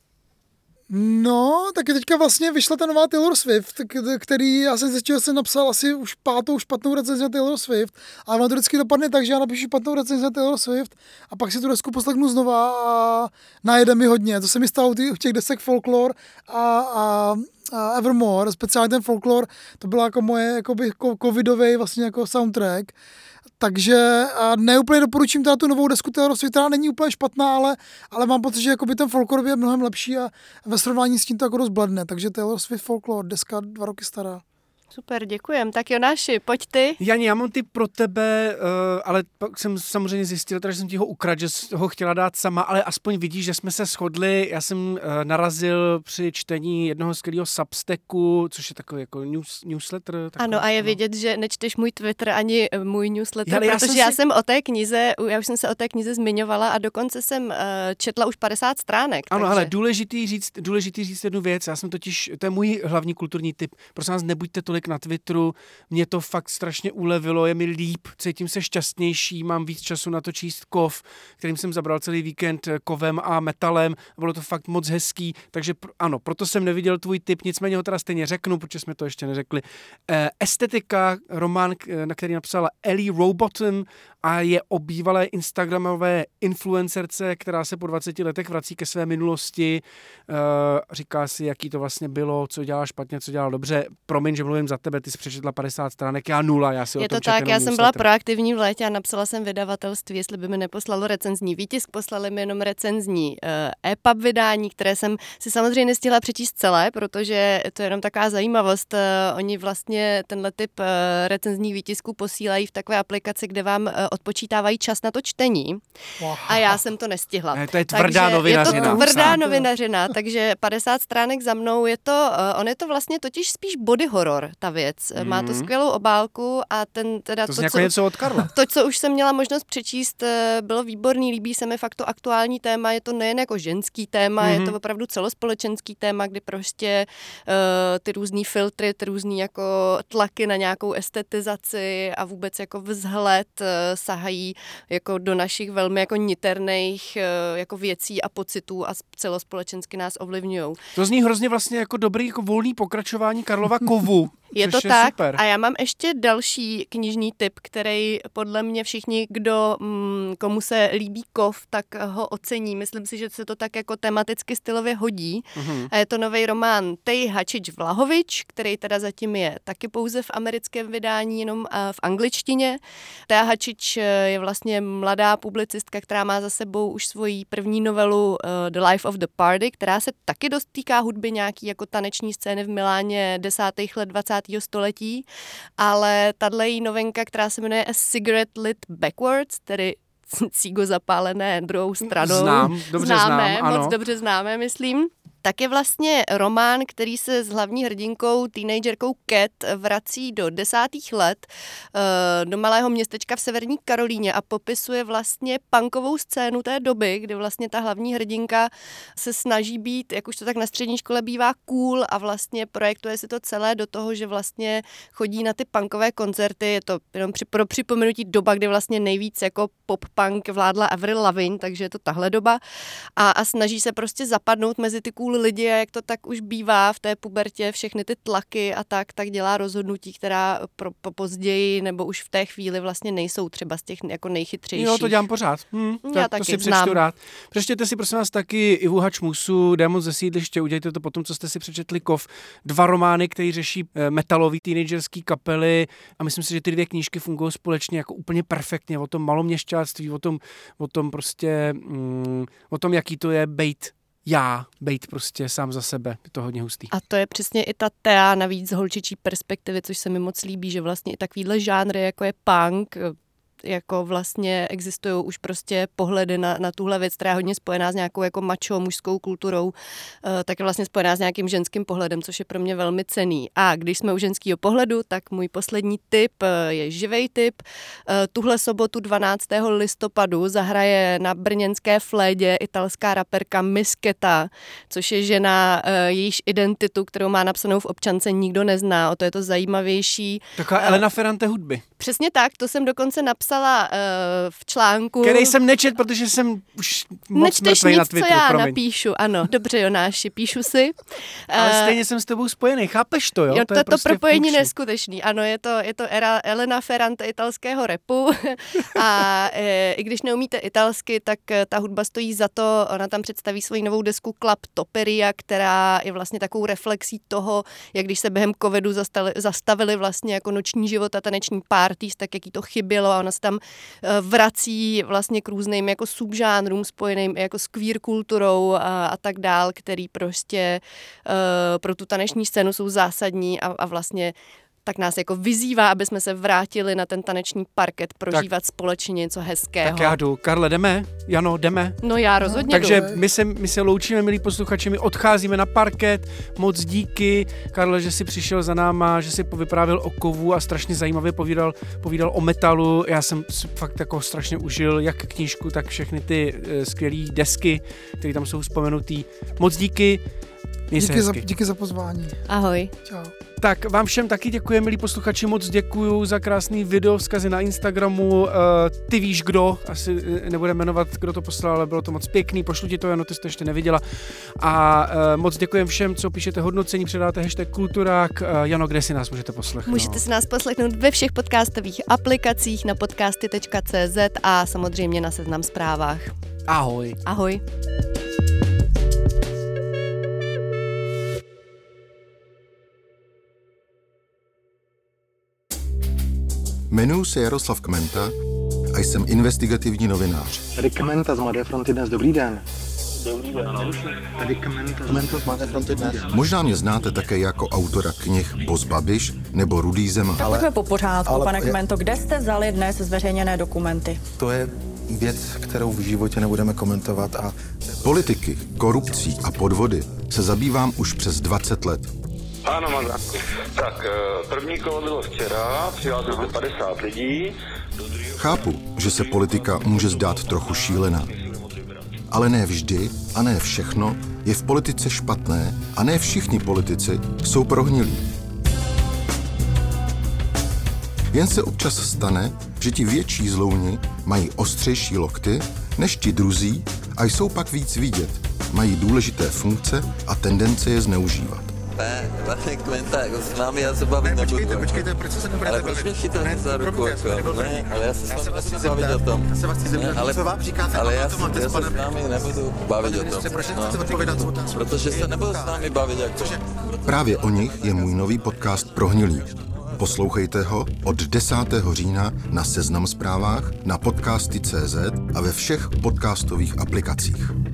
No, taky teďka vlastně vyšla ta nová Taylor Swift, který já jsem zjistil, že jsem napsal asi už pátou špatnou recenzi na Taylor Swift, ale ono to vždycky dopadne tak, že já napíšu špatnou recenzi na Taylor Swift a pak si tu desku poslechnu znova a najede mi hodně. To se mi stalo u těch desek Folklore a, a, a Evermore, speciálně ten Folklore, to byla jako moje jakoby covidový vlastně jako soundtrack. Takže neúplně doporučím teda tu novou desku Taylor Swift, která není úplně špatná, ale, ale mám pocit, že jakoby ten folklor je mnohem lepší a ve srovnání s tím to jako dost bledne. Takže Taylor Swift Folklore, deska dva roky stará. Super, děkujem. Tak Jonáši, pojď ty. Jani, já mám tip pro tebe, uh, ale pak jsem samozřejmě zjistil, že jsem ti ho ukradl, že jsi ho chtěla dát sama, ale aspoň vidíš, že jsme se shodli. Já jsem uh, narazil při čtení jednoho skvělého Substacku, což je takový jako news, newsletter. Takový, ano, a je no. vidět, že nečteš můj Twitter ani můj newsletter, Jale, já protože jsem já si... jsem o té knize, já už jsem se o té knize zmiňovala a dokonce jsem uh, četla už padesát stránek. Ano, takže... ale důležitý říct, důležitý říct jednu věc. Já jsem totiž, to je můj hlavní kulturní tip. Prosím vás, nebuďte tolik na Twitteru. Mě to fakt strašně ulevilo, je mi líp, cítím se šťastnější, mám víc času na to číst kov, kterým jsem zabral celý víkend kovem a metalem, bylo to fakt moc hezký, takže pr- ano, proto jsem neviděl tvůj tip, nicméně ho teda stejně řeknu, protože jsme to ještě neřekli. E, Estetika, román, na který napsala Ellie Robotham a je o bývalé instagramové influencerce, která se po dvaceti letech vrací ke své minulosti, e, říká si, jaký to vlastně bylo, co dělala špatně, co dělala dobře. Promiň, že mluvím za tebe, ty jsi přečetla padesát stránek, já nula, já si je o tom to tak, já jsem newsletter. byla proaktivní v létě a napsala jsem vydavatelství, jestli by mi neposlalo recenzní výtisk, poslali mi jenom recenzní uh, e-pub vydání, které jsem si samozřejmě nestihla přečíst celé, protože to je jenom taková zajímavost. Uh, oni vlastně tenhle typ uh, recenzních výtisků posílají v takové aplikaci, kde vám uh, odpočítávají čas na to čtení wow. a já jsem to nestihla. Ne, to je tvrdá takže novinařina. Je to tvrdá novinařina, takže padesát stránek za mnou je to, uh, on je to vlastně totiž spíš body horror, ta věc. Mm. Má to skvělou obálku a ten teda to, to, jako co, něco od Karla. to, co už jsem měla možnost přečíst, bylo výborný, líbí se mi fakt to aktuální téma, je to nejen jako ženský téma, mm-hmm. je to opravdu celospolečenský téma, kdy prostě uh, ty různý filtry, ty různý jako tlaky na nějakou estetizaci a vůbec jako vzhled uh, sahají jako do našich velmi jako niterných uh, jako věcí a pocitů a celospolečensky nás ovlivňujou. To zní hrozně vlastně jako dobrý jako volný pokračování Karlova kovu. Je to je tak super. A já mám ještě další knižní tip, který podle mě všichni, kdo mm, komu se líbí kov, tak ho ocení. Myslím si, že se to tak jako tematicky stylově hodí. Mm-hmm. A je to nový román Tej Hačič Vlahovič, který teda zatím je taky pouze v americkém vydání, jenom v angličtině. Tej Hačič je vlastně mladá publicistka, která má za sebou už svoji první novelu uh, The Life of the Party, která se taky dost týká hudby nějaký jako taneční scény v Miláně desátých let dvacátého století, ale tahle její novinka, která se jmenuje A Cigarette Lit Backwards, tedy cígo zapálené druhou stranou. Znám, dobře známe, znám, ano. Moc dobře známe, myslím. Tak je vlastně román, který se s hlavní hrdinkou, teenagerkou Cat, vrací do desátých let do malého městečka v severní Karolíně a popisuje vlastně punkovou scénu té doby, kdy vlastně ta hlavní hrdinka se snaží být, jak už to tak na střední škole bývá, cool a vlastně projektuje si to celé do toho, že vlastně chodí na ty punkové koncerty. Je to jenom při, pro připomenutí doba, kdy vlastně nejvíc jako pop-punk vládla Avril Lavigne, takže je to tahle doba a, a snaží se prostě zapadnout mezi ty cool lidi a jak to tak už bývá v té pubertě, všechny ty tlaky a tak, tak dělá rozhodnutí, která pro, po později nebo už v té chvíli vlastně nejsou třeba z těch jako nejchytřejších. Jo, to dělám pořád. Hm, Já to, taky to si znám. přečtu rád. Přečtěte si prosím vás taky Ivu Hačmusu, Démon ze sídliště, udělejte to potom, co jste si přečetli Kov. Dva romány, které řeší metalový teenagerský kapely a myslím si, že ty dvě knížky fungují společně jako úplně perfektně o tom maloměšťáctví, o tom, o tom prostě, mm, o tom, jaký to je bejt já, bejt prostě sám za sebe, je to hodně hustý. A to je přesně i ta Thea navíc z holčičí perspektivy, což se mi moc líbí, že vlastně i takovýhle žánry, jako je punk, jako vlastně existují už prostě pohledy na, na tuhle věc, která je hodně spojená s nějakou jako macho mužskou kulturou, uh, tak je vlastně spojená s nějakým ženským pohledem, což je pro mě velmi cenný. A když jsme u ženského pohledu, tak můj poslední tip uh, je živej tip. Uh, tuhle sobotu dvanáctého listopadu zahraje na brněnské Flédě italská raperka Miss Keta, což je žena, uh, jejíž identitu, kterou má napsanou v občance, nikdo nezná. O to je to zajímavější. Taková uh, Elena Ferrante hudby. Přesně tak, to jsem dokonce napsala uh, v článku. Který jsem nečet, protože jsem už moc mrtvej na Twitteru, co já promiň. napíšu, ano, dobře Jonáši, píšu si. Ale uh, stejně jsem s tebou spojený, chápeš to, jo? jo to to je to prostě propojení funkční. neskutečný, ano, je to, je to era Elena Ferrante italského rapu a e, i když neumíte italsky, tak ta hudba stojí za to, ona tam představí svoji novou desku Club Toperia, která je vlastně takovou reflexí toho, jak když se během covidu zastali, zastavili vlastně jako noční život a taneční parties, tak jak jí to chybělo a ona se tam vrací vlastně k různým jako subžánrům spojeným jako s queer kulturou a, a tak dál, který prostě uh, pro tu taneční scénu jsou zásadní a, a vlastně tak nás jako vyzývá, aby jsme se vrátili na ten taneční parket, prožívat tak, společně něco hezkého. Tak já jdu. Karle, jdeme? Jano, jdeme? No já rozhodně Takže jdu. my se, my se loučíme, milí posluchači, my odcházíme na parket. Moc díky, Karle, že jsi přišel za náma, že jsi povyprávěl o kovu a strašně zajímavě povídal, povídal o metalu. Já jsem fakt jako strašně užil jak knížku, tak všechny ty uh, skvělé desky, které tam jsou vzpomenutý. Moc díky. Díky za, díky za pozvání. Ahoj. Čau. Tak vám všem taky děkuji, milí posluchači, moc děkuju za krásný video, vzkazy na Instagramu, uh, ty víš kdo, asi nebudeme jmenovat, kdo to poslal, ale bylo to moc pěkný, pošlu ti to, Jano, ty jsi to ještě neviděla. A uh, moc děkujem všem, co píšete hodnocení, předáte hashtag Kulturák. Uh, Jano, kde si nás můžete poslechnout? Můžete si nás poslechnout ve všech podcastových aplikacích, na podcasty tečka cé zet a samozřejmě na Seznam Zprávách. Ahoj. Ahoj. Jmenuji se Jaroslav Kmenta a jsem investigativní novinář. Tady Kmenta z Mladé fronty dnes, dobrý den. Dobrý den. Tady Kmenta, Kmenta z Mladé fronty dnes. Možná mě znáte také jako autora knih Boss Babiš nebo Rudý Zeman. Tak pojďme po pořádku, ale, pane je... Kmento, kde jste vzali dnes zveřejněné dokumenty? To je věc, kterou v životě nebudeme komentovat a... Politiky, korupcí a podvody se zabývám už přes dvacet let. Ano, Mazatku. Tak, první kolo bylo včera, přihlásilo se padesát lidí. Chápu, že se politika může zdát trochu šílená. Ale ne vždy a ne všechno je v politice špatné a ne všichni politici jsou prohnilí. Jen se občas stane, že ti větší zlouni mají ostřejší lokty než ti druzí a jsou pak víc vidět, mají důležité funkce a tendence je zneužívat. Ne, pane Kmenta, jako s vámi já se bavit nebudu. Počkejte, počkejte, proč se nebudete ale proč mě chytáte za ruku, jako? Ne, ale já se s vámi nechci bavit o tom. Já se vás chci zeptat, ale, co vám říkáte, ale já, to máte já s se panem... s vámi nebudu bavit Pane o tom. ministře, proč No. nechcete odpovědat z otázku? Protože se nebudu s vámi bavit, jako. Právě o nich je můj nový podcast Prohnilí. Poslouchejte ho od desátého října na Seznam Zprávách, na podcasty tečka cé zet a ve všech podcastových aplikacích.